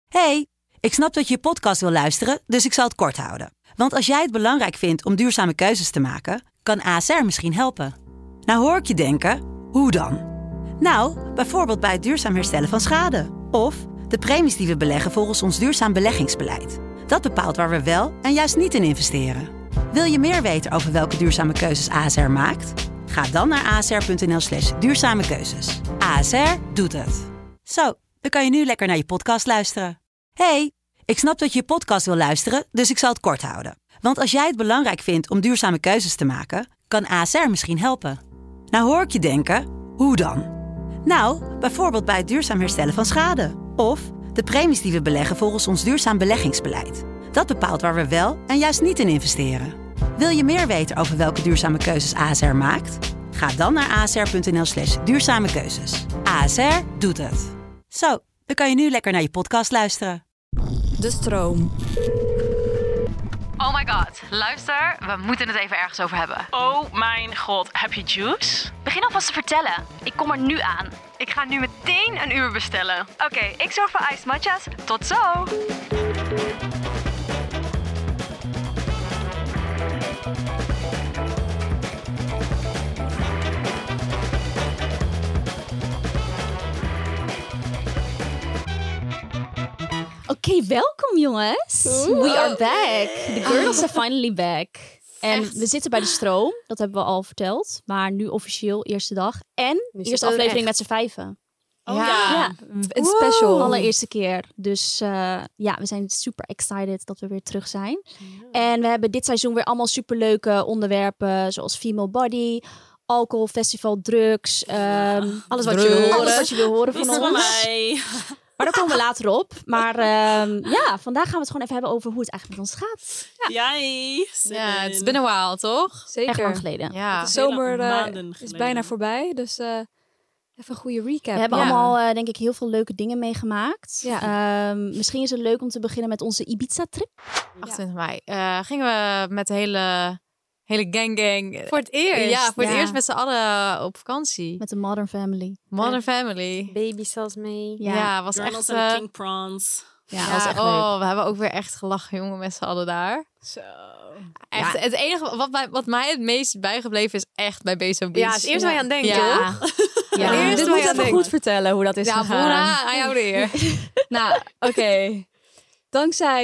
Hey, ik snap dat je je podcast wil luisteren, dus ik zal het kort houden. Want als jij het belangrijk vindt om duurzame keuzes te maken, kan ASR misschien helpen. Nou hoor ik je denken, hoe dan? Nou, bijvoorbeeld bij het duurzaam herstellen van schade. Of de premies die we beleggen volgens ons duurzaam beleggingsbeleid. Dat bepaalt waar we wel en juist niet in investeren. Wil je meer weten over welke duurzame keuzes ASR maakt? Ga dan naar asr.nl/duurzame keuzes. ASR doet het. Zo, dan kan je nu lekker naar je podcast luisteren. Hey, ik snap dat je je podcast wil luisteren, dus ik zal het kort houden. Want als jij het belangrijk vindt om duurzame keuzes te maken, kan ASR misschien helpen. Nou hoor ik je denken, hoe dan? Nou, bijvoorbeeld bij het duurzaam herstellen van schade. Of de premies die we beleggen volgens ons duurzaam beleggingsbeleid. Dat bepaalt waar we wel en juist niet in investeren. Wil je meer weten over welke duurzame keuzes ASR maakt? Ga dan naar asr.nl/duurzame keuzes. ASR doet het. Zo, dan kan je nu lekker naar je podcast luisteren. De stroom. Oh my god, luister, we moeten het even ergens over hebben. Oh mijn god, heb je juice? Begin alvast te vertellen. Ik kom er nu aan. Ik ga nu meteen een uur bestellen. Oké, ik zorg voor iced matcha's. Tot zo! Oké, welkom jongens. We are back. The girls are finally back. En we zitten bij de stroom. Dat hebben we al verteld. Maar nu officieel eerste dag. En eerste aflevering met z'n vijven. Oh Ja, een special. Allereerste keer. Dus we zijn super excited dat we weer terug zijn. En we hebben dit seizoen weer allemaal superleuke onderwerpen. Zoals female body, alcohol, festival, drugs. Alles wat je wil horen van ons. Maar daar komen we later op. Maar vandaag gaan we het gewoon even hebben over hoe het eigenlijk met ons gaat. Ja, het is been a while, toch? Zeker. Echt lang geleden. Ja. De zomer is bijna voorbij, dus even een goede recap. We hebben allemaal, denk ik, heel veel leuke dingen meegemaakt. Ja. Misschien is het leuk om te beginnen met onze Ibiza-trip. 28 mei gingen we met de hele gang. Voor het eerst. Ja, voor het eerst met z'n allen op vakantie. Met de Modern Family. Modern Family. Baby zelfs mee. Ja, was Journals echt... en King Prawns. Ja, was echt leuk. We hebben ook weer echt gelachen, jongen, met z'n allen daar. Zo. Echt, het enige wat mij het meest bijgebleven is echt bij Bezo Beach. Ja, het is eerst waar je aan denkt, Ja. toch? Ja. Dit moet je even goed vertellen hoe dat is Ja, gegaan. Bora, aan jou de eer. Nou, oké. Dankzij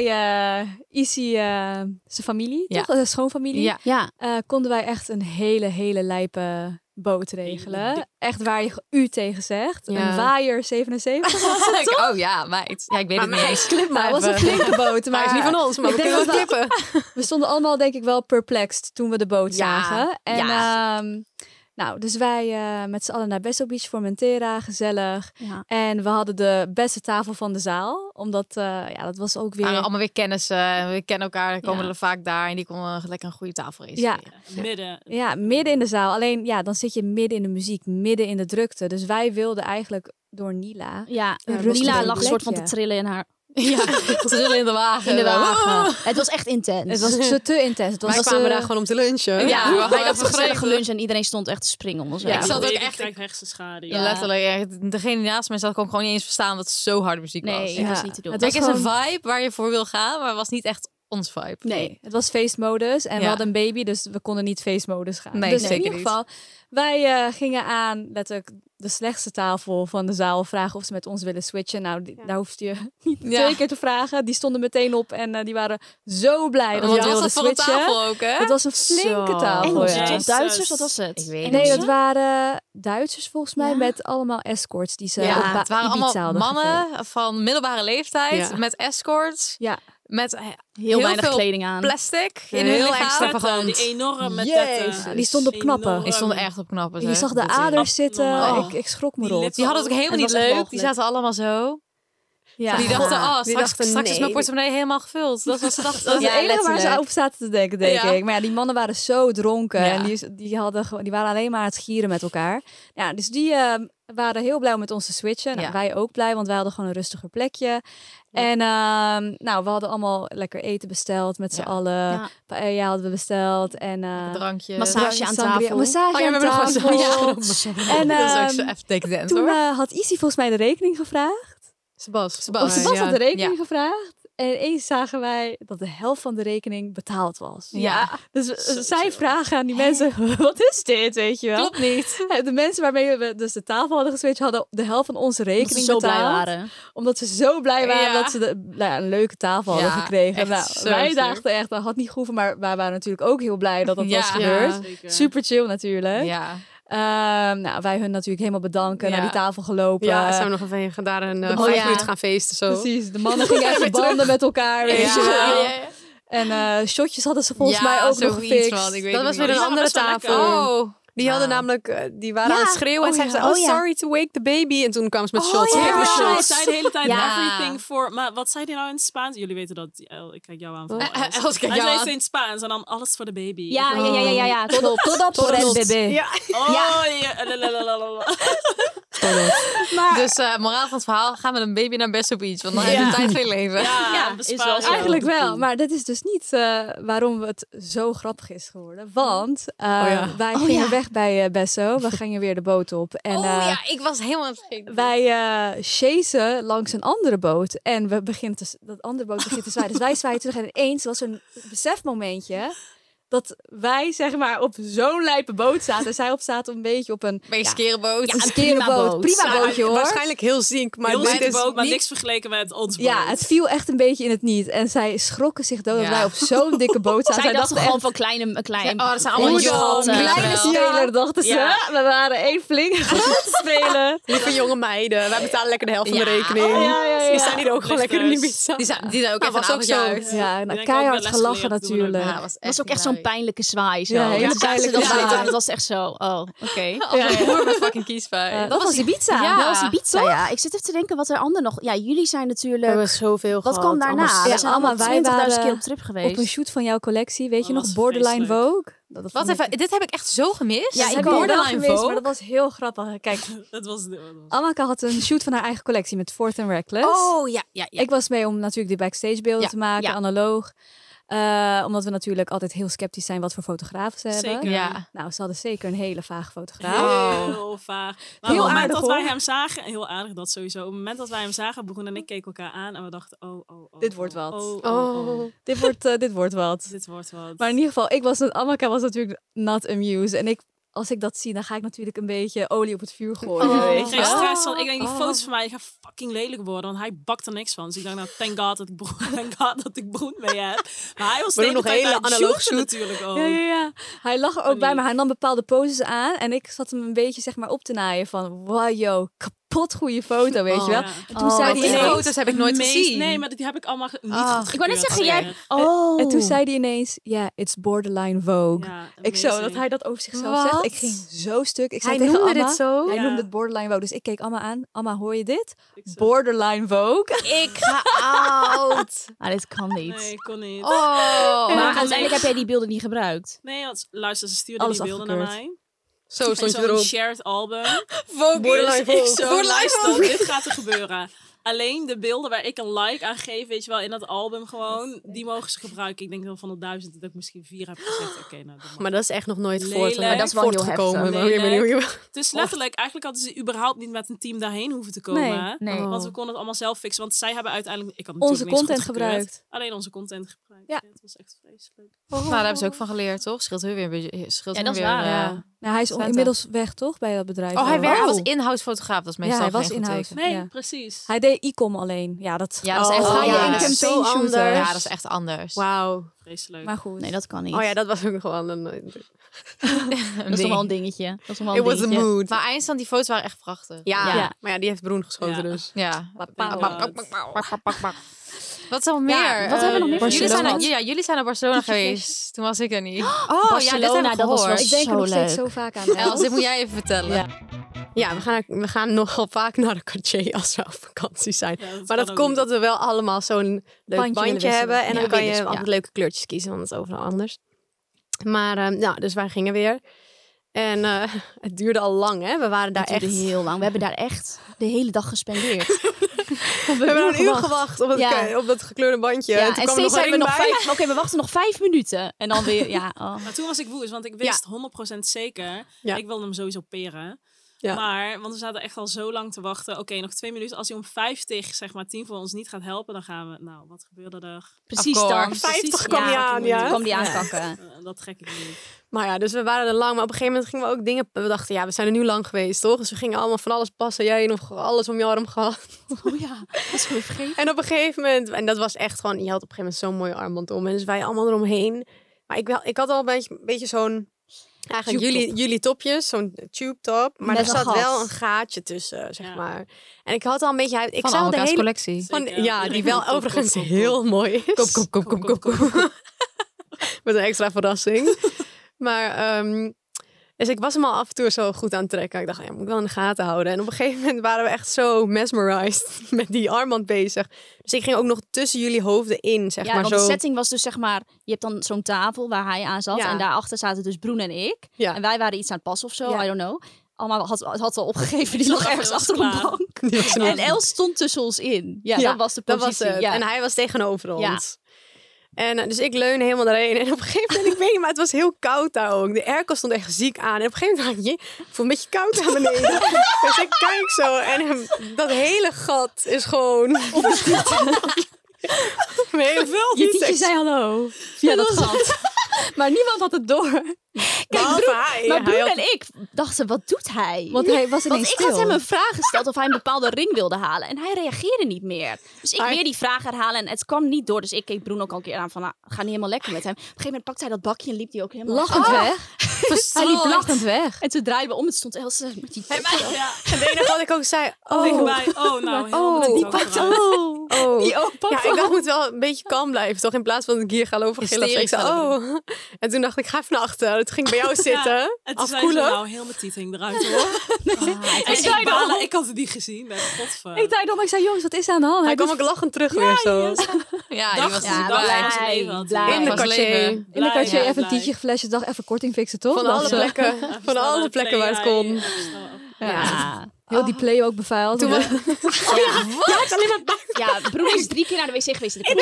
Issy, zijn familie, Ja. toch? Schoonfamilie. Ja. Konden wij echt een hele lijpe boot regelen. Echt waar je u tegen zegt. Ja. Een Waaier 77 was het, toch? Oh ja, meid. Ja, ik weet het niet eens. Clip maar. Het was een flinke boot. Maar Hij is niet van ons, maar ik we denk kunnen wel dat klippen. we stonden allemaal denk ik wel perplexed toen we de boot zagen. En dus wij met z'n allen naar Bezo Beach, Formentera, gezellig. Ja. En we hadden de beste tafel van de zaal. Omdat, dat was ook weer... Allemaal weer kennissen. We kennen elkaar, dan komen Ja. we vaak daar. En die konden lekker een goede tafel reserveren. Midden. Ja, midden in de zaal. Alleen, dan zit je midden in de muziek, midden in de drukte. Dus wij wilden eigenlijk door Nila... Ja, Een rustig Nila lag een soort van te plekje. trillen in haar Ja, trillen in de wagen. in de wagen. Het was echt intens. Het was te intens. Het was Wij kwamen daar gewoon om te lunchen. Ja, Ja, wij we hadden gezellig geluncht en iedereen stond echt te springen om ons heen. ik zat ook Ik echt- krijg hersenschade. Ja, letterlijk. Echt. Degene die naast mij zat kon gewoon niet eens verstaan dat het zo harde muziek was. Nee, Ja. dat was niet te doen. Het Kijk, was is een gewoon- vibe waar je voor wil gaan, maar het was niet echt ons vibe. Nee, het was feestmodus. En we Ja. hadden een baby, dus we konden niet feestmodus gaan. Nee, dus zeker in ieder niet. geval, wij gingen aan letterlijk de slechtste tafel van de zaal vragen of ze met ons willen switchen. Nou, daar hoefde je niet Ja. 2 keer te vragen. Die stonden meteen op en die waren zo blij dat Wat we was wilden dat voor een switchen. tafel ook, hè? Het was een flinke Zo. tafel. Engels, ja. toch? Duitsers, wat was het? Ik weet Nee, het dat waren Duitsers volgens mij Ja. met allemaal escorts die ze Ja, op het waren Ibiza allemaal hadden mannen van middelbare leeftijd Ja. met escorts, Ja. met Heel weinig veel kleding aan. plastic in hun Heel lichaam. extravagant. Die enorme Jezus. tetten. Die stonden op knappen. Die stonden echt op knappen. Je zeg. zag de Dat is- aders zitten. abnormaal. Ik schrok me Die rot. lippen. Die hadden het ook helemaal Het niet was echt leuk. Die walgelijk. zaten allemaal zo. Ja. Die dachten, Die straks is mijn nee, portemonnee helemaal gevuld. Dat was Dat is het enige waar ze letterlijk. over zaten te denken, denk Ja. ik. Maar ja, die mannen waren zo dronken. Ja. En die waren alleen maar aan het gieren met elkaar. Ja, dus die waren heel blij om met ons te switchen. Nou, Ja. wij ook blij, want wij hadden gewoon een rustiger plekje. En we hadden allemaal lekker eten besteld met z'n Ja. allen. Ja. Paella hadden we besteld. En Drankjes. Massage aan sangria- tafel. Massage Oh ja, aan we hebben nog tafel. massage. En Dat is ook zo even decadent, toen hoor. had Issy volgens mij de rekening gevraagd. Sebas had de rekening gevraagd. En ineens zagen wij dat de helft van de rekening betaald was. Ja. Dus zij vragen aan die mensen, wat is dit, weet je wel? Klopt niet. De mensen waarmee we dus de tafel hadden geswitcht, hadden de helft van onze rekening Omdat ze zo betaald. blij waren. Omdat ze zo blij waren dat ze een leuke tafel hadden gekregen. echt Wij zo dachten echt, dat had niet gehoeven. Maar wij waren natuurlijk ook heel blij dat was gebeurd. Zeker. Super chill natuurlijk. Ja. Wij hun natuurlijk helemaal bedanken. Naar die tafel gelopen. Ja, zijn we nog even daar een 5 minuten gaan feesten. Zo. Precies, de mannen gingen even banden met elkaar. Weet je wel. En shotjes hadden ze volgens mij ook nog gefixt. Dat was weer een andere tafel. Die hadden namelijk, die waren aan het schreeuwen en zeiden sorry to wake the baby. En toen kwamen ze met shots. Hij zei de hele tijd everything for... Maar wat zei hij nou in het Spaans? Jullie weten dat... Ik kijk jou aan. Hij zei het in het Spaans en dan alles voor de baby. Ja. Todo por el bebé. Dus moraal van het verhaal, gaan we een baby naar Besso Beach. Want dan heb je tijd voor je leven. Ja, is wel zo. Eigenlijk wel. Maar dat is dus niet waarom het zo grappig is geworden. Want wij gingen weg bij Besso. We gingen weer de boot op. En, ik was helemaal vergeten. Wij chasen langs een andere boot. En dat andere boot begint te zwaaien. Dus wij zwaaien terug. En ineens was een besefmomentje dat wij zeg maar op zo'n lijpe boot zaten. En zij zaten een beetje op een skerenboot. een skerenboot. Prima bootje hoor. Waarschijnlijk heel ziek. Maar heel ziek boot, maar niks vergeleken met ons boot. Ja, het viel echt een beetje in het niet. En zij schrokken zich dood dat wij op zo'n dikke boot zaten. Zij dachten gewoon van klein. dat zijn allemaal kleine speler, dachten ze. Ja. We waren één flink te spelen. Lieve jonge meiden. Wij betalen lekker de helft van de rekening. Die staan hier ook gewoon lekker in die pizza. Die zijn ook even ook zo. Ja, keihard gelachen natuurlijk. Het was ook echt zo'n pijnlijke zwaai. Zo. Ja, hele pijnlijke zwaai. Het was echt zo. Oh, oké. Als een boer met fucking kiespijn. Dat was Ibiza. Ja, dat was Ibiza. Ja. Ik zit even te denken wat er ander nog... Ja, jullie zijn natuurlijk... We hebben zoveel Wat kwam daarna? We zijn allemaal 20.000 keer op trip geweest. Op een shoot van jouw collectie. Weet je nog? Borderline Vogue. Wat even, dit heb ik echt zo gemist. Ja, ik ben wel geweest, maar dat was heel grappig. Kijk, Amaka had een shoot van haar eigen collectie met Fourth and Reckless. Oh, ja. Ik was mee om natuurlijk de backstage beelden te maken, analoog. Omdat we natuurlijk altijd heel sceptisch zijn wat voor fotografen ze hebben. Zeker. Ja. Nou, ze hadden zeker een hele vage fotograaf. Heel vaag. Maar heel op het moment dat wij hem zagen, heel aardig dat sowieso. Op het moment dat wij hem zagen, Broen en ik keken elkaar aan en we dachten, dit wordt wat. Dit wordt wat. Maar in ieder geval, Amaka was natuurlijk not amused. En als ik dat zie, dan ga ik natuurlijk een beetje olie op het vuur gooien. Ik kreeg stress van, ik denk die foto's van mij gaan fucking lelijk worden, want hij bakt er niks van. Dus ik dacht, nou, thank God dat ik Broen mee heb. Maar hij was nog hele analoog shoot natuurlijk ook. Ja. Hij lag er ook bij, maar hij nam bepaalde poses aan. En ik zat hem een beetje zeg maar op te naaien van, wow, yo, kapot goede foto, weet je wel. Ja. En toen zei die foto's heb ik nooit gezien. Nee, maar die heb ik allemaal niet goed. Ik wou net zeggen, jij... En toen zei hij ineens, it's borderline Vogue. Ja, ik zo, dat hij dat over zichzelf zegt. Ik ging zo stuk. Ik zei hij tegen noemde Amma, dit zo? Hij noemde het borderline Vogue. Dus ik keek Amma aan. Amma, hoor je dit? Borderline Vogue. Ik ga out. Dit kan niet. Nee, ik kon niet. Maar uiteindelijk heb jij die beelden niet gebruikt. Nee, want luister, ze stuurde die beelden naar mij. Zo stond je erop. Een shared album. Borderline Vogue. Luister, dit gaat er gebeuren. Alleen de beelden waar ik een like aan geef, weet je wel, in dat album gewoon, die mogen ze gebruiken. Ik denk wel van de 1000 dat ik misschien 4 heb gezegd. Oké, nou, maar dat is echt nog nooit Maar dat is wel heel heftig. Dus letterlijk, eigenlijk hadden ze überhaupt niet met een team daarheen hoeven te komen. Nee. Want we konden het allemaal zelf fixen. Want zij hebben uiteindelijk... Ik had onze natuurlijk content gebruikt. Alleen onze content gebruikt. Ja. Het was echt vreselijk. Nou, daar hebben ze ook van geleerd, toch? Scheelt heel weer. Dat is waar. Ja. Nou, hij is inmiddels weg, toch, bij dat bedrijf? Hij was in-house fotograaf. Dat is meestal hij was in-house. Nee, precies. Hij deed e-com alleen. Ja, dat is echt ga je een campaign shooter. Ja, dat is echt anders. Wauw. Vreselijk. Maar goed. Nee, dat kan niet. Oh ja, dat was ook gewoon een dat is nog wel een dingetje. It was a mood. Maar eindstand, die foto's waren echt prachtig. Ja. Maar ja, die heeft Broen geschoten dus. Ja. Wat is er nog meer? Wat hebben we nog meer? Jullie zijn naar Barcelona geweest. Toen was ik er niet. Barcelona, dat was wel ik denk er nog steeds zo vaak aan. Els, dit moet jij even vertellen. Ja, we gaan nogal vaak naar de Cartier als we op vakantie zijn. Ja, maar dat komt dat we wel allemaal zo'n leuk bandje hebben. En dan kan je altijd leuke kleurtjes kiezen, want het is overal anders. Maar dus wij gingen weer. En het duurde al lang, hè? We waren daar echt heel lang. We hebben daar echt de hele dag gespendeerd. We hebben een uur gewacht op dat gekleurde bandje. Ja, en steeds zijn we nog 5... Oké, we wachten nog 5 minuten. En dan weer, Maar toen was ik woest, want ik wist 100% zeker. Ja. Ik wilde hem sowieso peren. Ja. Maar, want we zaten echt al zo lang te wachten. Oké, nog 2 minuten. Als hij om 50, zeg maar 10 voor ons niet gaat helpen, dan gaan we... Nou, wat gebeurde er? Precies dan. 50 kwam hij aan, ja. Toen kwam die aankakken. Dat trek ik niet. Maar ja, dus we waren er lang. Maar op een gegeven moment gingen we ook dingen... We dachten, ja, we zijn er nu lang geweest, toch? Dus we gingen allemaal van alles passen. Jij nog alles om je arm gehad. Oh ja, dat is gewoon vergeten. En op een gegeven moment... En dat was echt gewoon... Je had op een gegeven moment zo'n mooie armband om. En dus wij allemaal eromheen. Maar ik had al een beetje zo'n... Eigenlijk jullie topjes, zo'n tube top. Maar met er zat wel een gaatje tussen, zeg maar. En ik had al een beetje... Ik zag de hele collectie. Ja, die wel overigens heel mooi is. Kom. Met een extra verrassing. Maar... Dus ik was hem al af en toe zo goed aan het trekken. Ik dacht, ja, moet ik wel in de gaten houden. En op een gegeven moment waren we echt zo mesmerized met die armband bezig. Dus ik ging ook nog tussen jullie hoofden in, zeg maar. Want zo. de setting was dus, zeg maar... Je hebt dan zo'n tafel waar hij aan zat. Ja. En daarachter zaten dus Broen en ik. Ja. En wij waren iets aan het passen of zo, Ja. I don't know. Allemaal had al opgegeven, die lag ergens achter een bank. En Els stond tussen ons in. Ja, dat was de positie. Dat was het. Ja. En hij was tegenover ons. Ja. En dus ik leun helemaal daarheen. En op een gegeven moment, ik weet niet, maar het was heel koud daar ook. De airco stond echt ziek aan. En op een gegeven moment dacht ik, ik voel een beetje koud aan beneden. Dus ik kijk zo. En dat hele gat is gewoon... Je tietje zei hallo via dat gat. Maar niemand had het door. Maar Broen en ik dachten, wat doet hij? Want hij was ineens ik stil. had hem een vraag gesteld of hij een bepaalde ring wilde halen. En hij reageerde niet meer. Dus ik weer die vraag herhalen en het kwam niet door. Dus ik keek Broen ook al een keer aan van, ga niet helemaal lekker met hem. Op een gegeven moment pakte hij dat bakje en liep hij ook helemaal... Lachend weg. Hij liep lachend weg. En toen draaiden we om, het stond Else met die... En het enige wat ik ook zei... Die pakt Ja, ik dacht, moet wel een beetje kalm blijven, toch? In plaats van dat ik hier ga lopen gillen. Ik zei, En toen dacht ik, ga even naar achter. Toen ging ik bij jou zitten. En toen zei ze, nou, heel mijn tiet hing eruit, hoor. Ik had het niet gezien. Ik zei, jongens, wat is er aan de hand? Hij kwam ook lachend terug weer zo. Ja, die was blij. In de Cartier. In de Cartier even een tietje geflasht. Dacht even korting fixen, toch? Van alle plekken waar het kon. Ja. Heel die play ook bevuild. Ja, Broen is 3 keer naar de wc geweest in de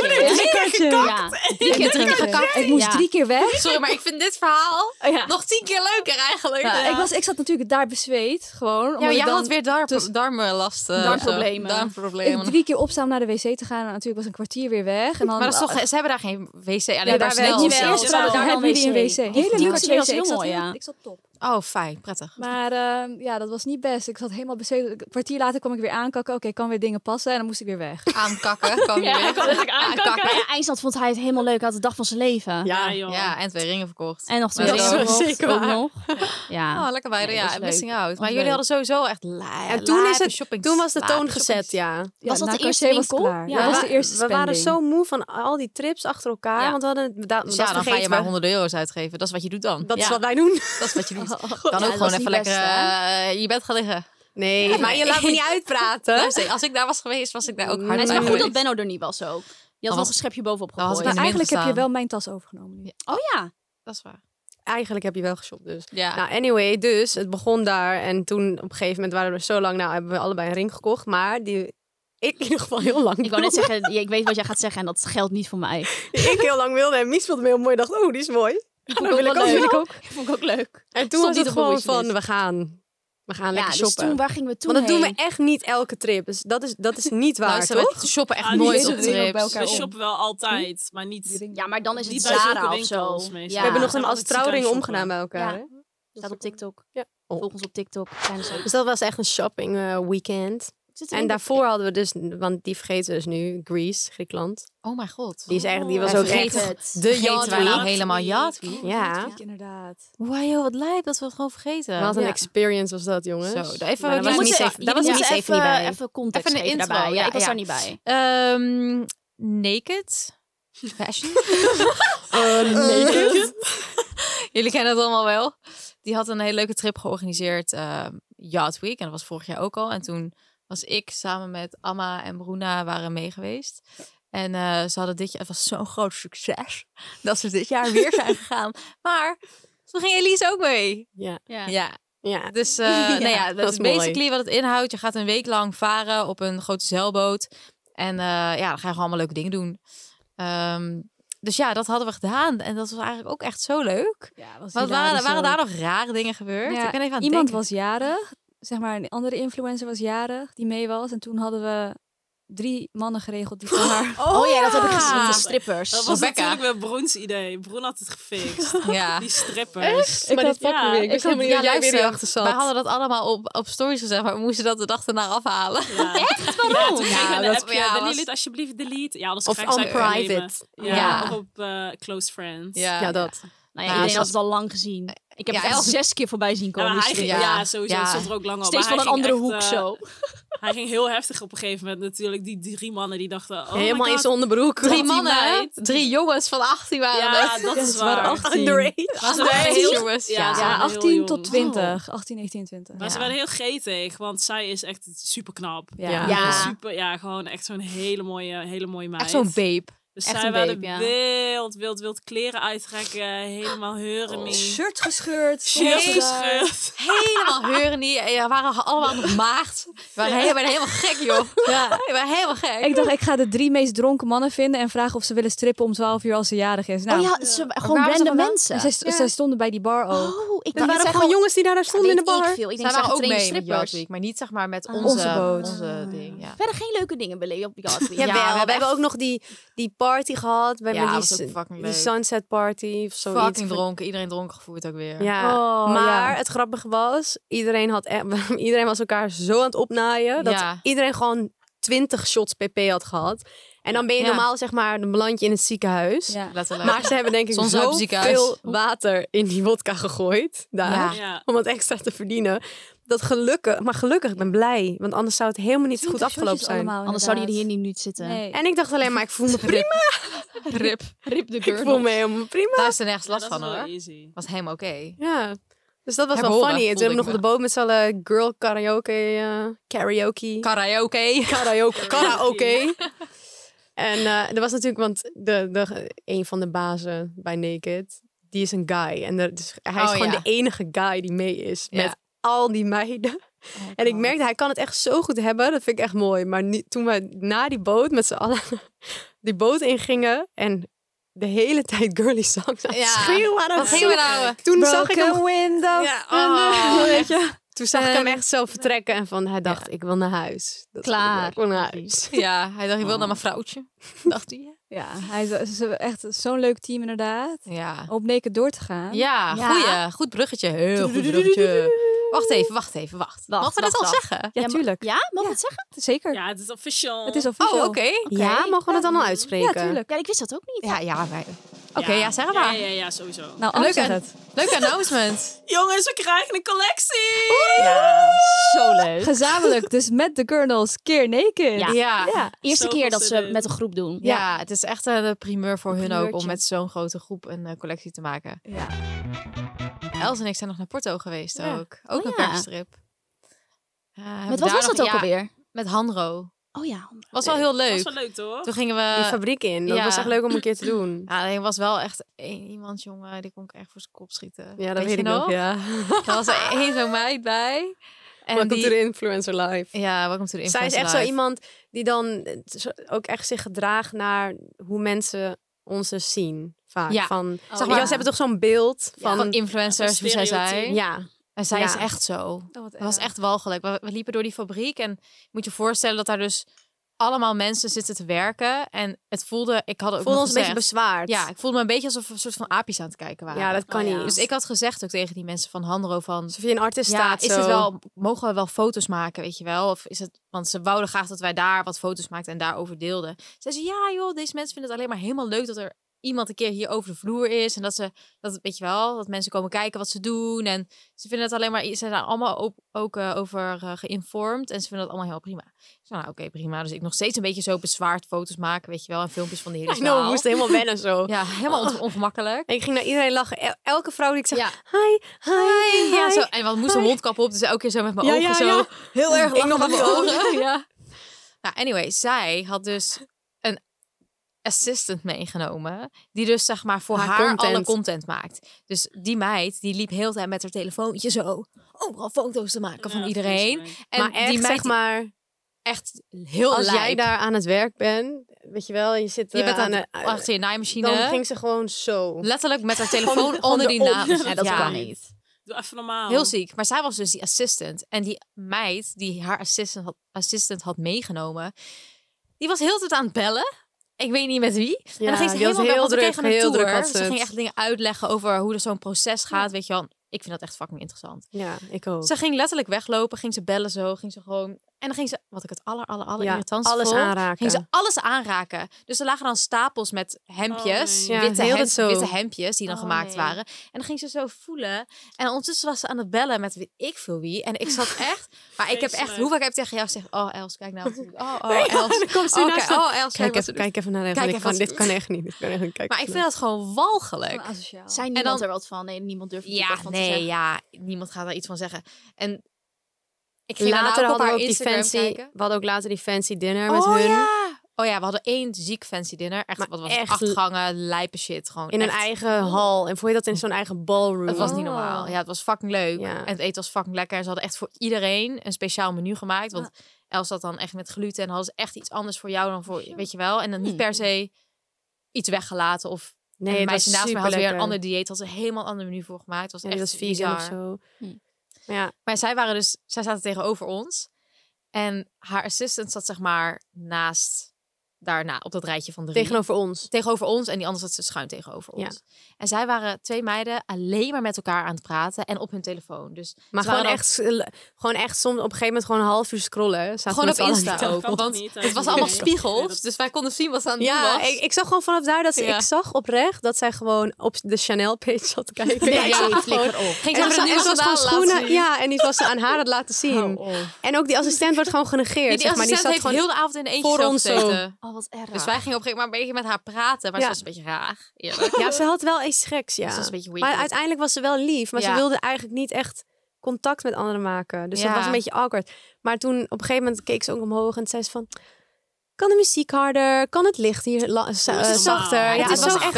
Cartier. Ik moest 3 keer weg. Sorry, maar ik vind dit verhaal nog 10 keer leuker eigenlijk. Ja. Ik zat natuurlijk daar bezweet. Gewoon. Ja, jij had weer darmlast. Darmproblemen. 3 keer opstaan om naar de wc te gaan. En natuurlijk was een kwartier weer weg. En dan, maar dat is toch, ze hebben daar geen wc. Ja, daar hebben jullie een wc. Hele luxe was heel mooi, ja. Ik zat top. Oh, fijn. Prettig. Maar dat was niet best. Ik zat helemaal bezweet. Een kwartier later kwam ik weer aankakken. Oké, kan weer dingen passen. En dan moest ik weer weg. Aankakken. Kwam je weer. Kan ik aankakken. Ja, eindstand vond hij het helemaal leuk. Hij had de dag van zijn leven. Ja, en 2 ringen verkocht. En nog 2 ringen verkocht. Zeker ook nog. Ja. Oh, lekker beide. Ja, missing out. Maar leuk. jullie hadden sowieso echt En toen was de toon gezet, ja. Was dat de Cartier eerste was winkel? klaar. Ja. Dat was de eerste We spending. waren zo moe van al die trips achter elkaar. Ja. Want we hadden... Dan ga je maar €100 uitgeven. Dat is wat je doet dan. Dat is wat wij doen. Dat is wat je doet. Kan ook dat gewoon is even niet lekker best, in je bed gaan liggen. Nee, maar je laat me niet uitpraten. Luister, als ik daar was geweest, was ik daar ook hard Het is bij maar goed dat geweest. Benno er niet was ook. Je had nog een schepje bovenop Dan was ik gegooid. in de Maar eigenlijk heb je gestaan. wel mijn tas overgenomen nu. Oh ja. Dat is waar. Eigenlijk heb je wel geshopt dus. Ja. Nou, anyway, dus het begon daar. En toen op een gegeven moment waren we er zo lang. Nou, hebben we allebei een ring gekocht. Maar die... Ik in ieder geval heel lang Ik wou net zeggen, ik weet wat jij gaat zeggen en dat geldt niet voor mij. Die ik heel lang wilde. En Mies vond hem heel mooi. Dacht, die is mooi. Vond ik ook leuk. Vond ik ook leuk. En toen Stond was niet het op mijn gewoon van, wishlist. we gaan lekker Ja, dus shoppen. toen, waar gingen we toen Want dat doen heen? we echt niet elke trip. Dus dat is niet waar, Luister, toch? we shoppen echt Ah, nooit die op ringen bij trips. elkaar We om. shoppen wel altijd, maar niet... Ja, maar dan is het Niet bij zulke Zara of winkels zo. meestal. Ja. We hebben nog zijn een als altijd trouwring shoppen. omgedaan bij elkaar. Ja. Hè? Staat op TikTok. Ja. Volg ons op TikTok. Dus dat was echt een shopping weekend. En daarvoor hadden we dus, want die vergeten we dus nu, Greece, Griekenland. Oh mijn god. Die was Wij ook vergeten echt het. de Vergeten wij nou Yacht helemaal Week. Yacht Week? Ja. Inderdaad. Wauw, wat lijp dat we het gewoon vergeten. Wat een Ja. experience was dat, jongens. Zo, even- Maar die daar was moeten- Mies even niet bij. Even context Even een geven intro, daarbij. Ja, ja, ik was ja. daar niet bij. Naked fashion. Naked. Jullie kennen het allemaal wel. Die had een hele leuke trip georganiseerd, Yacht Week. En dat was vorig jaar ook al. En toen was ik samen met Amma en Bruna waren mee geweest. En ze hadden dit jaar, het was zo'n groot succes, dat ze dit jaar weer zijn gegaan. Maar toen ging Elise ook mee. Ja. Ja. Dus nou ja, dat is mooi. basically wat het inhoudt. Je gaat een week lang varen op een grote zeilboot. En dan ga je gewoon allemaal leuke dingen doen. Dus ja, dat hadden we gedaan. En dat was eigenlijk ook echt zo leuk. Ja, was Wat hilarisch waren ook. daar nog rare dingen gebeurd? Ja, Ik ben even aan het iemand denken. was jarig. zeg maar, een andere influencer was jarig die mee was. En toen hadden we 3 mannen geregeld die voor haar... Oh ja, dat heb ik gezien. De strippers. Dat was natuurlijk wel Broens idee. Broen had het gefixt. Ja. Die strippers. Maar dit pakken we weer. Ik wist helemaal niet dat jij weer achter zat. Wij hadden dat allemaal op stories gezegd, maar we moesten dat de dag erna afhalen. Ja. Echt? Waarom? Willen jullie het alsjeblieft delete? Ja, anders of krijg on private. Ja. Of op close friends. Ja, dat. Nou ja, iedereen had het al lang gezien. Ik heb het al 6 keer voorbij zien komen. Sowieso. Het stond er ook lang op. Steeds van een andere hoek zo. Hij ging heel heftig op een gegeven moment natuurlijk. Die 3 mannen die dachten... helemaal in zijn onderbroek. 3 mannen, 3 jongens van 18 waren ja, dat is waar. 18. Underage. Maar ze werden heel... jongens. Ja, 18 tot 20. 18, 19, 20. Maar ze werden heel gretig, want zij is echt super knap. Ja. Gewoon echt zo'n hele mooie meid. Echt zo'n babe. Dus echt zij een werden wild kleren uittrekken. Helemaal heuren niet. Shirt gescheurd. Helemaal heuren niet. Ja, waren allemaal nog maagd. We waren helemaal gek, joh. Ja. We waren helemaal gek. Ik dacht, ik ga de 3 meest dronken mannen vinden en vragen of ze willen strippen om 12 uur als ze jarig is. Nou, gewoon random mensen. En zij stonden bij die bar ook. Ik Er waren gewoon jongens die daar stonden in de bar. Ik denk, zij waren ook mee strippers. met Yacht Week, maar niet zeg maar met onze boot. Onze ding, ja. Verder geen leuke dingen beleven op Yacht Week. We hebben ook nog die party gehad. We hebben was ook fucking leuk. die sunset party of zoiets. Fucking dronken. Iedereen dronken gevoerd ook weer. Ja, maar het grappige was, iedereen was elkaar zo aan het opnaaien dat iedereen gewoon 20 shots pp had gehad. En dan ben je normaal zeg maar een belandje in het ziekenhuis. Ja. Maar ze hebben denk ik zoveel water in die wodka gegooid daar, om het extra te verdienen. Dat gelukkig, ik ben blij. Want anders zou het helemaal niet goed afgelopen zijn. Anders zouden jullie hier niet zitten. Nee. En ik dacht alleen maar, ik voel me prima. Rip de girl. Ik voel me helemaal prima. Daar is er nergens last van hoor. Easy. Was helemaal oké. Ja. Dus dat was wel funny. En toen hebben we nog op de boot met z'n allen girl karaoke. En er was natuurlijk, want een van de bazen bij Naked, die is een guy. En hij is gewoon de enige guy die mee is met al die meiden. En ik merkte, hij kan het echt zo goed hebben. Dat vind ik echt mooi. Maar toen we na die boot met z'n allen die boot ingingen en de hele tijd girly songs schreeuwen. Wat gingen we nou? Toen zag ik hem... window. Weet je? Toen zag ik hem echt zo vertrekken en hij dacht, ik wil naar huis. Klaar. Ik wil naar huis. Ja, hij dacht, ik wil naar mijn vrouwtje. Dacht hij. Ja, hij is echt zo'n leuk team inderdaad. Ja. Op Naked door te gaan. Ja, goed bruggetje. Heel goed bruggetje. Wacht even. Mogen we dat al zeggen? Ja, tuurlijk. Ja, mogen we het zeggen? Zeker. Ja, het is official. Het is official. Oh, oké. Ja, mogen we dat dan al uitspreken? Ja, tuurlijk. Ja, ik wist dat ook niet. Ja, Oké, zeg maar. Ja, sowieso. Nou, zeg het. Leuk announcement. Jongens, we krijgen een collectie! Ja, zo leuk. Gezamenlijk, dus met de Girls keer Naked. Ja. Eerste keer dat ze met een groep doen. Ja, het is echt een primeur voor hun ook om met zo'n grote groep een collectie te maken. Ja. Els en ik zijn nog naar Porto geweest ook. Ook een perstrip. Met wat was dat ook alweer? Met Hanro. Oh ja. Was wel heel leuk. Was wel leuk, toch? Toen gingen we... Die fabriek in. Dat was echt leuk om een keer te doen. Ja, er was wel echt iemand, jongen, die kon ik echt voor zijn kop schieten. Ja, dat weet ik nog. Ja. Er was er één zo'n meid bij. En welcome to the Influencer Life. Ja, welcome to the Influencer Life. Zij is echt life. zo iemand die dan ook echt zich gedraagt naar hoe mensen ons dus zien. Vaak. Ja. Zeg maar, ze hebben toch zo'n beeld van influencers, hoe zij zijn. Ja. En zij is echt zo. Dat was echt walgelijk. We liepen door die fabriek en je moet je voorstellen dat daar dus allemaal mensen zitten te werken. En het voelde, ik had ook voelde ons gezegd, een beetje bezwaard. Ja, ik voelde me een beetje alsof we een soort van aapjes aan het kijken waren. Ja, dat kan niet. Dus ik had gezegd ook tegen die mensen van Hanro van... Alsof je een artist staat is zo. het wel, mogen we wel foto's maken, weet je wel? Of is het, want ze wouden graag dat wij daar wat foto's maakten en daarover deelden. Ze zei, ja joh, deze mensen vinden het alleen maar helemaal leuk dat er iemand een keer hier over de vloer is. En dat weet je wel, dat mensen komen kijken wat ze doen. En ze vinden het alleen maar, ze zijn daar allemaal ook over geïnformed. En ze vinden dat allemaal heel prima. Zo, nou oké, prima. Dus ik nog steeds een beetje zo bezwaard foto's maken, weet je wel. En filmpjes van de hele zaal. We moesten helemaal wennen zo. Ja, helemaal ongemakkelijk. En ik ging naar iedereen lachen. Elke vrouw die ik zeg, hi. Ja, zo, en we moesten een mondkap op. Dus elke keer zo met mijn ogen zo. Heel erg lachen met mijn ogen. Ja. Nou, anyway, zij had dus een assistant meegenomen, die dus zeg maar voor haar alle content maakt. Dus die meid, die liep heel de tijd met haar telefoontje zo overal foto's te maken van iedereen. En maar echt, die meid, zeg maar, echt heel als lijp. jij daar aan het werk bent, weet je wel, je zit bent achter je naaimachine. Dan ging ze gewoon zo. Letterlijk met haar telefoon onder die naaimachine. Ja, dat kan niet. Doe even normaal. Heel ziek. Maar zij was dus die assistant. En die meid die haar assistant had meegenomen, die was heel de tijd aan het bellen. Ik weet niet met wie. Ja, en dan ging ze die was helemaal heel druk, heel druk had Ze ging echt dingen uitleggen over hoe er zo'n proces gaat. Weet je wel. Ik vind dat echt fucking interessant. Ja, ik ook. Ze ging letterlijk weglopen, ging ze bellen zo, ging ze gewoon... En dan ging ze, wat ik het aller irritantste alles vond, aanraken. ging ze alles aanraken. Dus er lagen dan stapels met hempjes, nee. witte hempjes die dan gemaakt nee. waren. En dan ging ze zo voelen. En ondertussen was ze aan het bellen met weet ik veel wie. En ik zat echt... Maar ik heb echt... Hoe vaak heb ik tegen jou gezegd... Oh, Els, kijk nou. Els. Dan komt ze naast Els, kijk even naar rechts. Dit kan echt niet. Maar ik vind dat gewoon walgelijk. Zei niemand er wat van? Nee, niemand durft er wat van te zeggen. Ja, niemand gaat daar iets van zeggen. En ik ging later hadden we ook die fancy. We hadden ook later die fancy dinner met hun. Ja. Oh ja, we hadden 1 ziek fancy dinner. Echt, Maar wat was echt 8 gangen, lijpe shit. Gewoon in een echt. eigen hal. En vond je dat in zo'n eigen ballroom? Het was niet normaal. Ja, het was fucking leuk. Ja. En het eten was fucking lekker. En ze hadden echt voor iedereen een speciaal menu gemaakt. Want Els had dan echt met gluten. En hadden ze echt iets anders voor jou dan voor, weet je wel. En dan niet per se iets weggelaten of... Nee, en het meisje was naast mij had weer een superlekker. ander dieet. Had ze helemaal een ander menu voor gemaakt. Het was Ja, echt dat is vegan bizar. of zo. Ja. Maar zij zaten tegenover ons. En haar assistant zat zeg maar naast daarna op dat rijtje van 3. Tegenover ons en die andere zat schuin tegenover ons. Ja. En zij waren 2 meiden alleen maar met elkaar aan het praten en op hun telefoon. Dus Maar ze gewoon waren echt soms op een gegeven moment gewoon een half uur scrollen. gewoon op Insta ook. valt Want niet, het was nee. allemaal Nee, spiegels. dat- Dus wij konden zien wat ze aan het doen Ja, was. ik zag gewoon vanaf daar dat ze... Ja. Ik zag oprecht dat zij gewoon op de Chanel-page zat te kijken. Ja, Ik zag ja, gewoon- flikker op. Ging En ze ze een was nieuwe gewoon sandalen laten schoenen. zien. Ja, en die was ze aan haar het laten zien. En ook die assistent wordt gewoon genegeerd. Die zeg maar. Die assistent zat heeft gewoon heel de avond in een eentje voor zo ons zo. gezeten. Oh, wat erg. Dus wij gingen op een gegeven moment een beetje met haar praten. Maar Ja. ze was een beetje raar. Eerlijk. Ja, ze had wel iets geks, ja. Ze was een beetje Maar weird. uiteindelijk was ze wel lief. Maar Ja. ze wilde eigenlijk niet echt contact met anderen maken. Dus Ja. dat was een beetje awkward. Maar toen op een gegeven moment keek ze ook omhoog en zei ze van... Kan de muziek harder? Kan het licht hier zachter? Ja, Het het was was echt...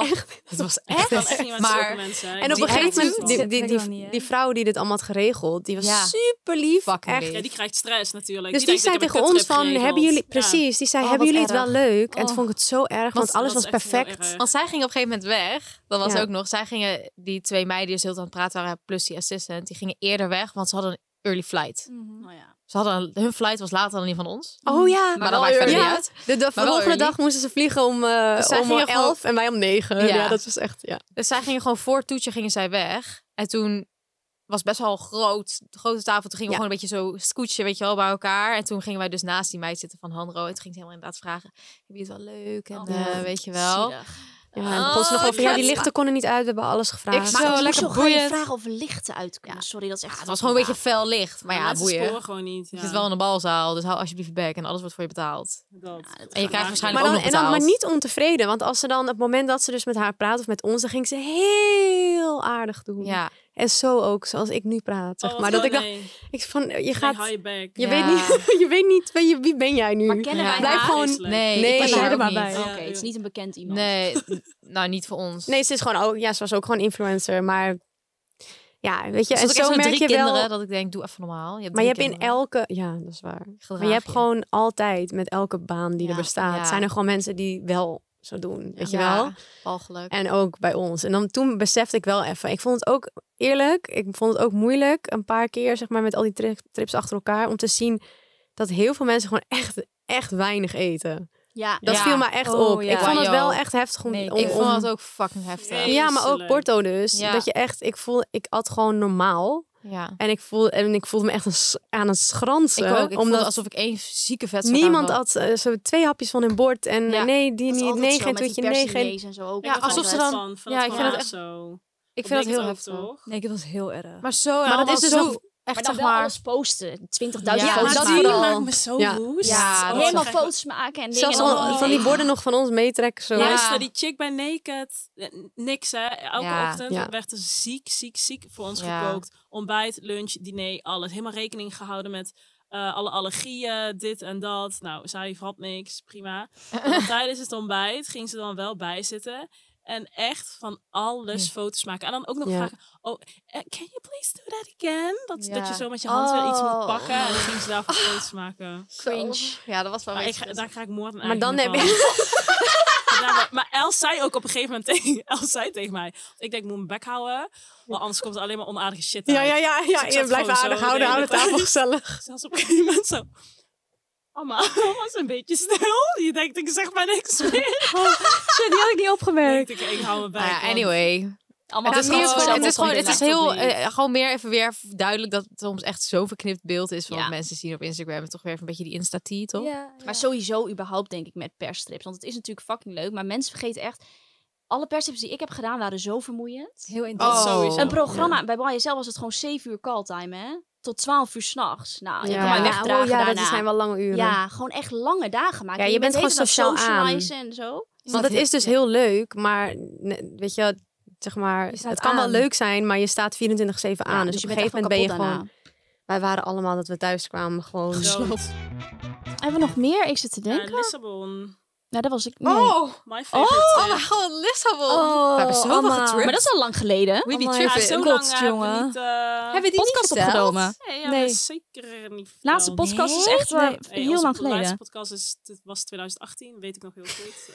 Het was echt... Dat is echt niet met Maar- zulke mensen. En op Die een gegeven moment, attitude. die vrouw die dit allemaal had geregeld, die was Ja. super lief. Fucking Echt. lief. Ja, die krijgt stress natuurlijk. Dus die denkt, zei ik heb tegen een ons kuttrip van, geregeld. hebben jullie... Ja. Precies, die zei, Oh, hebben wat jullie het wel erg. leuk? En toen Oh. vond ik het zo erg, want alles dat was is echt heel perfect. erg. Want zij ging op een gegeven moment weg. Dat was Ja. ook nog. Zij gingen, die 2 meiden die dus heel aan het praten waren, plus die assistant, die gingen eerder weg, want ze hadden een early flight. Nou ja. Hun flight was later dan die van ons. Oh ja. Maar dat maakt verder niet Ja. uit. De wel volgende early. dag moesten ze vliegen om zij gingen 11 gewoon- en wij om 9. Ja. Ja, dat was echt, ja. Dus zij gingen gewoon voor het toetje gingen zij weg. En toen was best wel grote tafel. Toen gingen we gewoon een beetje zo scootje, weet je wel, bij elkaar. En toen gingen wij dus naast die meid zitten van Hanro. En toen ging ze helemaal inderdaad vragen, heb je het wel leuk? En weet je wel. Ja, en begon ze nog over, ja, die lichten konden niet uit, we hebben alles gevraagd. Zo lekker Zo ga je boeiend. vragen of lichten uit kunnen. Sorry, dat is echt... Het was gewoon een beetje fel licht. Maar ja, mensen boeien. sporen gewoon niet. Je Ja. zit wel in een balzaal, dus hou alsjeblieft je bek. En alles wordt voor je betaald. Dat. En je krijgt Maar, waarschijnlijk ook dan, nog betaald. maar niet ontevreden, want als ze dan op het moment dat ze dus met haar praat of met ons, dan ging ze heel aardig doen. Ja. En zo ook, zoals ik nu praat. Zeg Oh, maar dat ik dacht, nee. ik van, je Hey, gaat, hou je bek. je Ja. weet niet, je weet niet wie ben jij nu? Maar kennen wij Blijf haar? gewoon, Vreselijk. Nee, Nee, ik ken jij haar er ook maar niet. bij. Oké, het is niet een bekend iemand. Nee, nou niet voor ons. nee, ze is gewoon ook, ja, ze was ook gewoon influencer, maar ja, weet je, Dus en dat ik echt zo zo'n merk 3 je kinderen, wel. dat ik denk, doe even normaal. Maar je hebt in elke, ja, dat is waar. Maar je hebt je. gewoon altijd met elke baan die er bestaat, Ja. zijn er gewoon mensen die wel zo doen, weet je wel? Walgelijk. En ook bij ons. En dan toen besefte ik wel even. Ik vond het ook eerlijk. Ik vond het ook moeilijk een paar keer, zeg maar, met al die trips achter elkaar, om te zien dat heel veel mensen gewoon echt weinig eten. Ja. Dat Ja. viel me echt Oh, op. ja. Ik vond het wel Yo. echt heftig om. Nee, om, Ik vond om- het ook fucking heftig. Nee. ja, maar ook Vreselijk. Porto dus. Ja. Dat je echt, ik at gewoon normaal. Ja. En ik voelde me echt aan het schransen. Ik ook. Ik omdat voelde alsof ik 1 zieke vetzak niemand had. at zo 2 hapjes van hun bord. En Ja. nee, die Dat is niet. altijd Nee, zo geen met die toetje. Nee, geen. persdiners en zo ook. Ja, alsof ze dan- Ja, ik vind het echt- zo. Ik vind dat heel ook, heftig. toch? Nee, dat was heel erg. Maar zo, Maar dat is dus zo ook- echt, Maar dan zeg wel maar. alles posten. 20.000 Ja, foto's dat maken. vooral. maakt me zo Ja. woest. Ja, dat Helemaal is foto's maken en dingen. Zelfs en dan- al van die borden nog van ons meetrekken. Zo. Ja. Luister, die chick bij Naked, niks hè. Elke Ja. ochtend Ja. werd er ziek voor ons Ja. gekookt. Ontbijt, lunch, diner, alles. Helemaal rekening gehouden met alle allergieën, dit en dat. Nou, zij valt niks, prima. En dan tijdens het ontbijt ging ze dan wel bijzitten. En echt van alles foto's maken. En dan ook nog Ja. vragen, can you please do that again? Ja. Dat je zo met je hand weer iets moet Oh. pakken. En dan ging ze daarvoor foto's maken. Cringe. Ja, dat was wel Maar een beetje... daar krijg ik moord en Maar dan heb je... Maar Els Els zei ook op een gegeven moment tegen mij. Ik denk, ik moet mijn bek houden. Want anders komt er alleen maar onaardige shit uit. Ja. Dus je blijft aardig houden aan de tafel gezellig. Zelfs op een gegeven moment zo... Mama was een beetje stil. Je denkt, ik zeg maar niks meer. Shit, die had ik niet opgemerkt. Ik hou me bij. Anyway... Het is heel gewoon meer even weer duidelijk dat het soms echt zo verknipt beeld is van wat mensen zien op Instagram. En toch weer even een beetje die Insta-tea, toch? Ja. Maar sowieso überhaupt denk ik met persstrips. Want het is natuurlijk fucking leuk. Maar mensen vergeten echt... Alle persstrips die ik heb gedaan waren zo vermoeiend. Heel intens. Een programma, bij YSL was het gewoon 7 uur calltime, hè? Tot 12 uur 's nachts. Nou, je kan mij wegdragen daarna. Dat zijn wel lange uren. Ja, gewoon echt lange dagen maken. Ja, je bent gewoon sociaal aan. En zo. Want het is dus heel leuk, maar weet je, zeg maar, het kan wel leuk zijn, maar je staat 24/7 aan. Dus op een gegeven moment ben je gewoon... Wij waren allemaal dat we thuis kwamen gewoon gesloopt. Hebben we nog meer? Ik zit te denken. Lissabon. Nou, dat was ik. Nee. My favorite. Oh mijn god, Lissabon. We hebben zoveel getript. Maar dat is al lang geleden. We be tripping. Zo lang hebben we niet... Hebben we die podcast opgenomen? Nee, zeker niet. Laatste podcast is echt heel lang geleden. De laatste podcast was 2018, weet ik nog heel goed.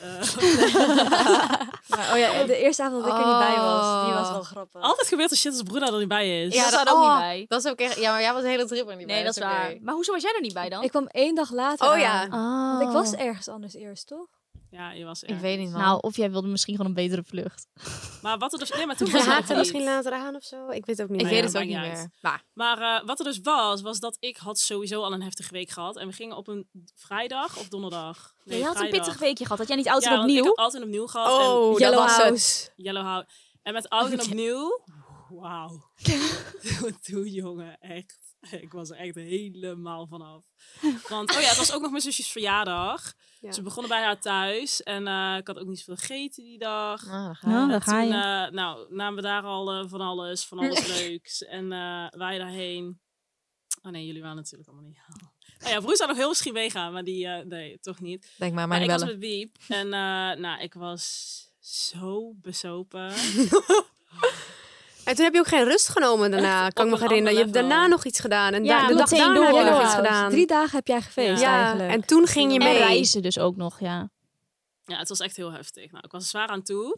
De eerste avond dat ik er niet bij was, die was wel grappig. Altijd gebeurt er shit als Bruna er niet bij is. Ja, dat ook niet bij. Dat is ook echt... Ja, maar jij was de hele trip er niet bij. Nee, dat is waar. Maar hoezo was jij er niet bij dan? Ik kwam 1 dag later aan. Want ik was ergens anders eerst, toch? Ja, je was Ik weet niet, man. Nou, of jij wilde misschien gewoon een betere vlucht. Maar wat er dus... Nee, maar toen was het misschien later aan of zo. Ik weet het ook niet meer. Ik weet het ook niet meer. Maar wat er dus was dat ik had sowieso al een heftige week gehad. En we gingen op een vrijdag of donderdag. Nee, je had vrijdag. een pittig weekje gehad. Had jij niet oud en Ja, opnieuw? ik had oud en opnieuw gehad. Oh, en dat was het. Yellow House. En met oud en opnieuw... Wauw. Toen, jongen, echt. Ik was er echt helemaal vanaf. Want, het was ook nog mijn zusjes verjaardag. Ja. Ze begonnen bij haar thuis. En ik had ook niet zoveel gegeten die dag. Daar ga je. Namen we daar al van alles leuks. En wij daarheen. Oh nee, jullie waren natuurlijk allemaal niet. Nou ja, Broer zou nog heel misschien meegaan, maar die, nee, toch niet. Denk maar ik bellen. was met Wiep. En ik was zo bezopen. En toen heb je ook geen rust genomen daarna. Kan ik me herinneren. Je hebt daarna nog iets gedaan. En de dag daarna heb je nog iets gedaan. 3 dagen heb jij gefeest eigenlijk. En toen ging je mee. En reizen dus ook nog, ja. Ja, het was echt heel heftig. Nou, ik was er zwaar aan toe.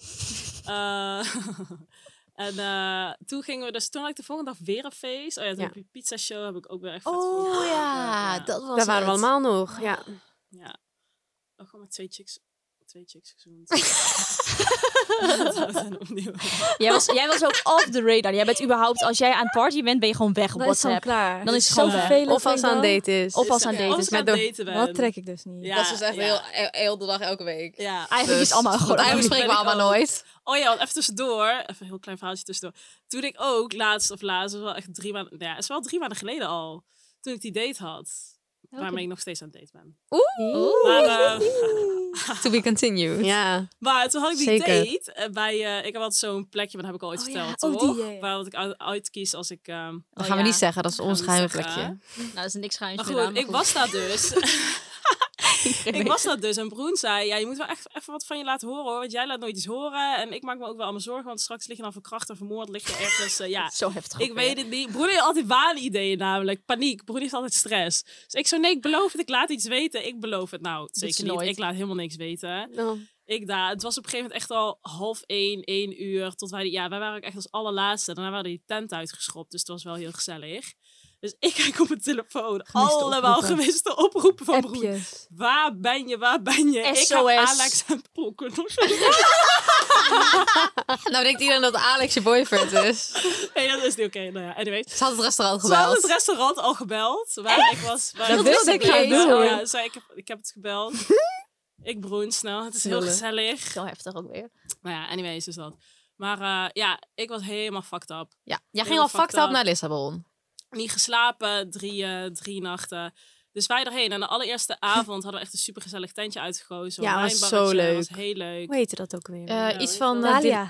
Toen gingen we dus... Toen had ik de volgende dag weer een feest. Toen heb je pizza show. Heb ik ook weer echt vet dat was daar waren we allemaal nog. Ja. Ook gewoon met 2 chicks gezoend. Jij was ook off the radar. Jij bent überhaupt, als jij aan party bent, ben je gewoon weg op WhatsApp. Klaar. Dan is het gewoon weg. Of als ze aan date is. Of als aan date is. Dat trek ik dus niet. Ja, dat is echt heel de dag, elke week. Ja. Eigenlijk is allemaal gewoon. Eigenlijk spreken we allemaal nooit. Oh ja, even tussendoor. Even een heel klein verhaaltje tussendoor. Toen ik ook laatst, het was wel echt 3 maanden... Ja, het is wel 3 maanden geleden al. Toen ik die date had. Waarmee ik nog steeds aan het date ben. Maar, to be continued. Ja. Maar toen had ik die date bij... ik heb altijd zo'n plekje, maar dat heb ik al ooit verteld, toch? Waar wat ik uitkies als ik... dat gaan we niet zeggen, dat is ons geheime plekje. Nou, dat is niks geheim. Maar goed, ik was daar dus... Ik was dat dus en Broen zei, je moet wel echt even wat van je laten horen hoor, want jij laat nooit iets horen en ik maak me ook wel allemaal zorgen, want straks lig je dan verkracht en vermoord, lig je ergens, Zo heftig. Ik weet het niet. Broen heeft altijd waanideeën namelijk, paniek. Broen heeft altijd stress. Dus ik zo, nee, ik beloof het, ik laat iets weten. Ik beloof het, nou, zeker niet. Ik laat helemaal niks weten. No. Het was op een gegeven moment echt al 12:30, 1 uur, tot wij waren ook echt als allerlaatste. Daarna waren die tent uitgeschropt, dus het was wel heel gezellig. Dus ik kijk op mijn telefoon. Allemaal gemiste oproepen van Broen. Waar ben je? SOS. Ik heb Alex en Pokken. Nou denkt iedereen dat Alex je boyfriend is. Nee, dat is niet oké. Nou ja, anyway. Ze had het restaurant gebeld. Ze had het restaurant al gebeld. Waar ik was. Dat wilde ik gaan doen. Ja, ik heb het gebeld. Ik Broen snel. Het is heel gezellig. Zo heftig ook weer. Nou ja, anyways is dat. Maar ik was helemaal fucked up. Ja, jij ging al fucked up naar Lissabon. Niet geslapen, 3 nachten. Dus wij erheen. En de allereerste avond hadden we echt een supergezellig tentje uitgekozen. Ja, was zo leuk. Dat was heel leuk. Hoe heette dat ook weer? Iets van Dalia.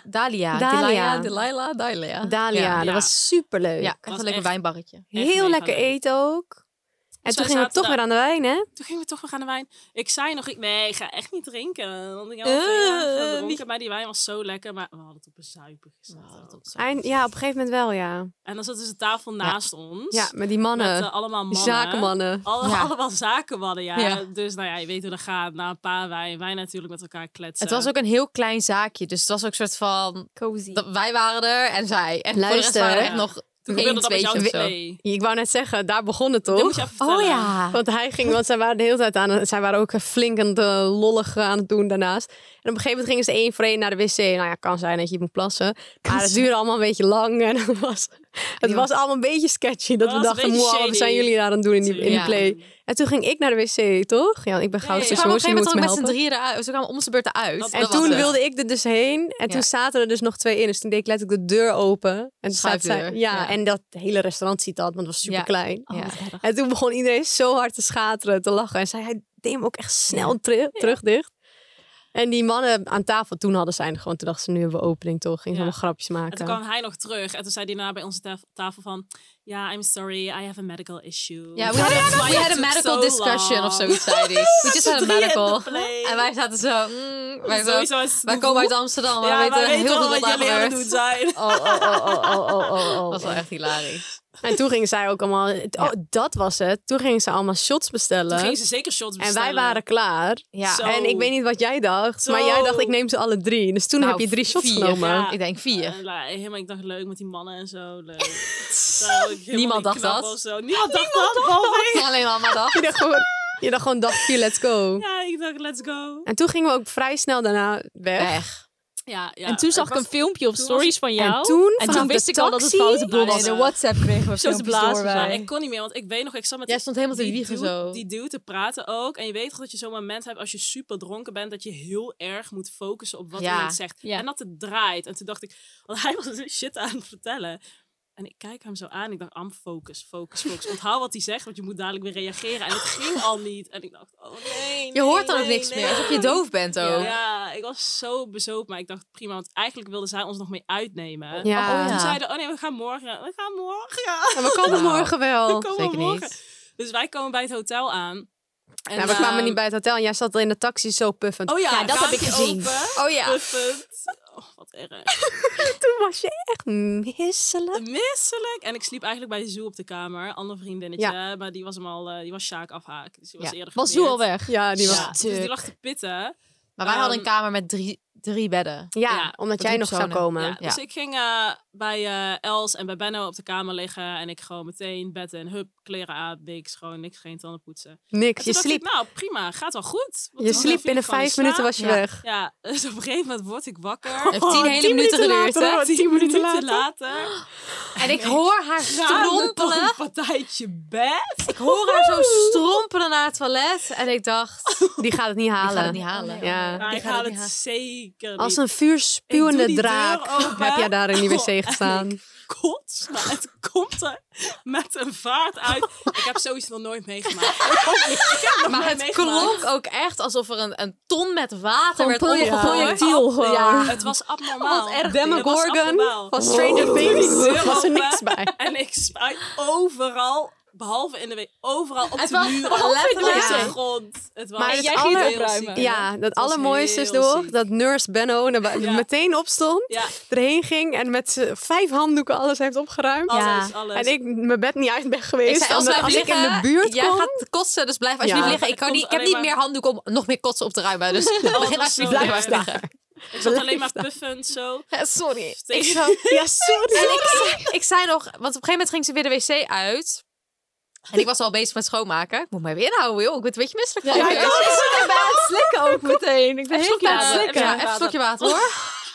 Dalia. Dat was superleuk. Ja, echt een leuk wijnbarretje. Heel lekker eten ook. En toen gingen we toch weer aan de wijn, hè? Toen gingen we toch weer aan de wijn. Ik zei nog, ik ga echt niet drinken. Want ik had gedronken, maar die wijn was zo lekker. Maar we hadden het op een zuipen gezet. Ja, op een gegeven moment wel, ja. En dan zat dus de tafel naast ons. Ja, met die mannen. Met allemaal mannen. Zakenmannen. Allemaal zakenmannen, ja. Dus je weet hoe dat gaat. Na een paar wij natuurlijk met elkaar kletsen. Het was ook een heel klein zaakje. Dus het was ook een soort van... Cozy. Wij waren er en zij. En luister, voor de rest waren er echt nog... Toen gebeurde dat met jou of zo. Ik wou net zeggen, daar begon het toch? Dat moet je even vertellen. Want zij waren de hele tijd zij waren ook flink aan het lollig aan het doen daarnaast. En op een gegeven moment gingen ze 1 voor 1 naar de wc. Nou ja, kan zijn dat je moet plassen. Maar het duurde allemaal een beetje lang. En het was allemaal een beetje sketchy. Dat we dachten, wat zijn jullie daar aan het doen in die play? En toen ging ik naar de wc, toch? Ja, ik ben goudvis, jongens. Je moet me helpen. Met z'n drieën eruit. Ze kwamen om de beurt eruit. En toen wilde ik er dus heen. En toen zaten er dus nog 2 in. Dus toen deed ik letterlijk de deur open. En staat zij. En dat hele restaurant ziet dat, want het was super klein. En toen begon iedereen zo hard te schateren, te lachen. En hij deed hem ook echt snel terug dicht. En die mannen aan tafel, toen hadden zij gewoon, toen dachten ze, nu hebben we opening toch? Gingen ze allemaal grapjes maken. En toen kwam hij nog terug. En toen zei hij daarna bij onze tafel van... Ja, I'm sorry, I have a medical issue. Ja, we had a medical discussion of zoiets, zei hij. We just had a medical. En wij zaten zo... wij komen uit Amsterdam, maar we weten heel goed wat daar gebeurt. Doen zijn. Dat was wel echt hilarisch. En toen gingen zij ook allemaal... dat was het. Toen gingen ze allemaal shots bestellen. Toen gingen ze zeker shots bestellen. En wij waren klaar. Ja. En ik weet niet wat jij dacht. Maar jij dacht, ik neem ze alle 3. Dus toen heb je 3 shots genomen. Ja. Ik denk 4. Helemaal, ik dacht, leuk met die mannen en zo. Niemand dacht dat. Niemand dacht dat. Alleen allemaal dacht. Je dacht gewoon dag 4, let's go. Ja, ik dacht, let's go. En toen gingen we ook vrij snel daarna weg. Ja. En toen zag ik een filmpje of stories van jou. En toen wist ik al dat het foute boel was. In de WhatsApp kregen we zo te blazen. Ik kon niet meer, want ik weet nog, ik zat met jij stond helemaal te wiegen zo. Die dude te praten ook. En je weet toch dat je zo'n moment hebt als je super dronken bent, dat je heel erg moet focussen op wat iemand zegt. Ja. En dat het draait. En toen dacht ik, want hij was shit aan het vertellen. En ik kijk hem zo aan. Ik dacht, focus. Onthoud wat hij zegt, want je moet dadelijk weer reageren. En het ging al niet. En ik dacht, nee. Je hoort dan ook niks meer. Alsof je doof bent ook. Ja, ik was zo bezopen. Maar ik dacht, prima. Want eigenlijk wilden zij ons nog mee uitnemen. Ja. Toen zeiden, nee, we gaan morgen. Ja, we komen morgen wel. Zeker niet. Dus wij komen bij het hotel aan. En we kwamen niet bij het hotel. En jij zat in de taxi zo puffend. Oh ja, dat heb ik gezien. Open, puffend. Oh, wat erg. Toen was je echt misselijk. En ik sliep eigenlijk bij Zoe op de kamer. Ander vriendinnetje. Ja. Maar die was hem al, die was Sjaak afhaak. Dus die was eerder was Zoe al weg? Ja, die was dus die lag te pitten. Maar wij hadden een kamer met drie bedden. Ja, omdat jij nog zou komen. Ja, dus ik ging bij Els en bij Benno op de kamer liggen. En ik gewoon meteen bed en hup, kleren aan, niks. Gewoon niks, geen tanden poetsen. Niks, je sliep. Nou, prima, gaat wel goed. Je sliep binnen 5 minuten was je weg. Ja, dus op een gegeven moment word ik wakker. Het heeft 10 hele minuten geduurd, hè? 10 minuten later. En ik hoor haar strompelen. Een partijtje bed. Ik hoor haar zo strompelen naar het toilet. En ik dacht, die gaat het niet halen. Ja, ik haal het zeker als een vuurspuwende draak heb jij daar in die wc gestaan. Maar het komt er met een vaart uit. Ik heb zoiets nog nooit meegemaakt. Maar het klonk ook echt alsof er een ton met water werd omgegooid. Projectiel gewoon. Ja, het was abnormaal. Demogorgon van Stranger Things. Was er niks bij. En ik spuit overal. Behalve in de week, overal op de muren, letterlijk op de grond. Het was maar jij ging opruimen. Ja, dat allermooiste is toch dat Nurse Benno meteen opstond, erheen ging en met 5 handdoeken alles heeft opgeruimd. Alles. En ik mijn bed niet uit ben geweest. Ik zei, als ik in de buurt kom... Jij gaat kotsen, dus blijf alsjeblieft liggen. Ik heb niet meer handdoeken om nog meer kotsen op te ruimen. Dus begin alsjeblieft blijf liggen. Ik zat alleen maar puffend zo. Sorry. sorry. En ik zei nog, want op een gegeven moment ging ze weer de wc uit. En ik was al bezig met schoonmaken. Ik moet mij weer inhouden, joh. Ik ben een beetje misselijk van. Ja, ik ben bij het slikken ook meteen. Ik ben heel klaar aan het slikken. Ja, even een slokje water, hoor.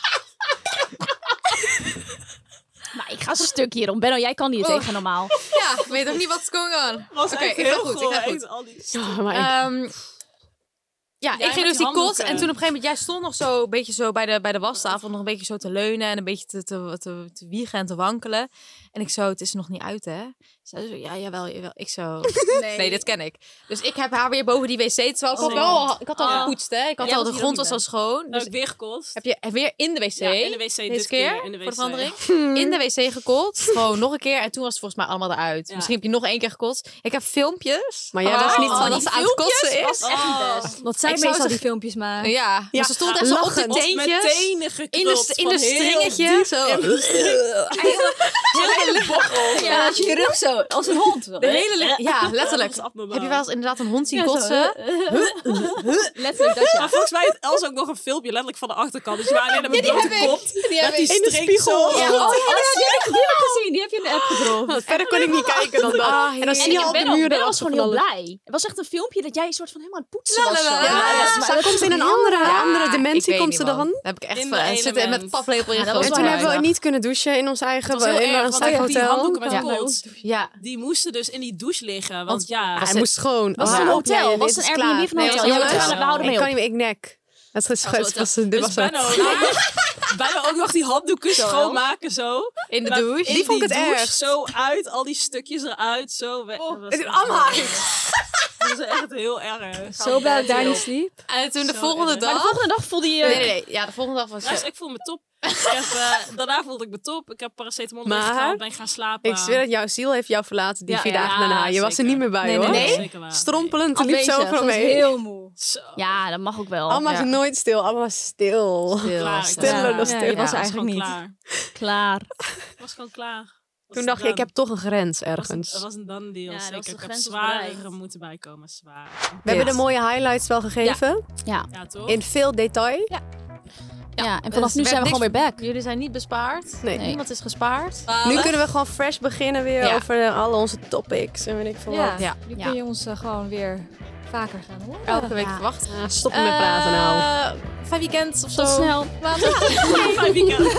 Maar ik ga een stuk hierom. Benno, jij kan niet tegen normaal. Ja, ik weet ook niet wat is going on. Oké, ik ga goed. Maar Ja, ik ging dus die kot. En toen op een gegeven moment, jij stond nog zo een beetje zo bij de wastafel, nog een beetje zo te leunen en een beetje te wiegen en te wankelen. En ik zo, het is er nog niet uit, hè? Zij zo, ja, jawel. Ik zo, nee, dit ken ik. Dus ik heb haar weer boven die wc, terwijl ik had al gepoetst, hè? Ik had al, de grond was al schoon. Dus heb ik weer gekotst. Heb je weer in de wc? Ja, in de wc dit keer. In de wc. Voor de verandering. In de wc gekotst. Gewoon nog een keer. En toen was het volgens mij allemaal eruit. Ja. Misschien heb je nog 1 keer gekotst. Ik heb filmpjes. Maar jij was niet van dat ze aan het kotsen is. Was echt best. Want zij meestal die filmpjes maken. Ja. Dus ze stond echt zo op de teentjes. Met tenen geklopt. In de stringetje. Zo. Hele bochel. Ja, als je je rug zo, als een hond. De hele ja, letterlijk. Heb je wel eens inderdaad een hond zien kotsen? Letterlijk dat, ja. Maar volgens mij was ook nog een filmpje letterlijk van de achterkant. Dus je waren alleen met blote kop. Met die in de spiegel. Ja. Die heb ik gezien. Die heb je in de app gedropt. Verder kon ik niet kijken dan dat. En dan zie je al de muren. Ben was gewoon heel blij. Het was echt een filmpje dat jij een soort van helemaal aan het poetsen was. Ja, ze komt in een andere dimensie. Komt ze dan? Daar heb ik echt van. Zitten met paplepel in. En toen hebben we niet kunnen douchen in ons eigen hotel. Die handdoeken met kot. Ja. Die moesten dus in die douche liggen. Want hij moest schoon. Was het een hotel? Was het een Airbnb van een hotel? We houden mee op. Ik nek. Het was bijna ook nog die handdoeken schoonmaken zo. In de douche. Die vond ik het erg. Zo uit, al die stukjes eruit. Zo het is allemaal. Dat is echt heel erg. Zo blij dat ik daar niet sliep. En toen de volgende dag... Maar de volgende dag voelde je... Nee. Ja, de volgende dag was... Dus ik voel me top. Daarna voelde ik me top. Ik heb paracetamol gehaald, ben gaan slapen. Ik zweer dat jouw ziel heeft jou verlaten die 4 dagen daarna. Je was er niet meer bij, hoor. Nee. Strompelend, liep zo voor me. Heel moe. Zo. Ja, dat mag ook wel. Alma is nooit stil. Alma was stil. Stiller dan stil. Je was er eigenlijk niet. Klaar. Ik was gewoon klaar. Toen dacht ik heb toch een grens ergens. Dat was een done deal. Ja, ik heb zwaarere moeten bijkomen. Zwaar. We hebben de mooie highlights wel gegeven. Ja, toch? In veel detail. Ja, en vanaf nu zijn we gewoon weer back. Jullie zijn niet bespaard. Nee. Niemand is gespaard. Nu kunnen we gewoon fresh beginnen weer over al onze topics. En weet ik veel wat. Nu kun je ons gewoon weer vaker gaan horen. Elke week verwachten. Stoppen met praten nou. 5 weekend of zo. Tot snel. 5 weekend.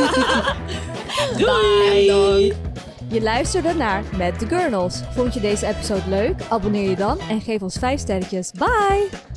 Doei. Je luisterde naar Met de Gurnals. Vond je deze episode leuk? Abonneer je dan en geef ons 5 sterretjes. Bye!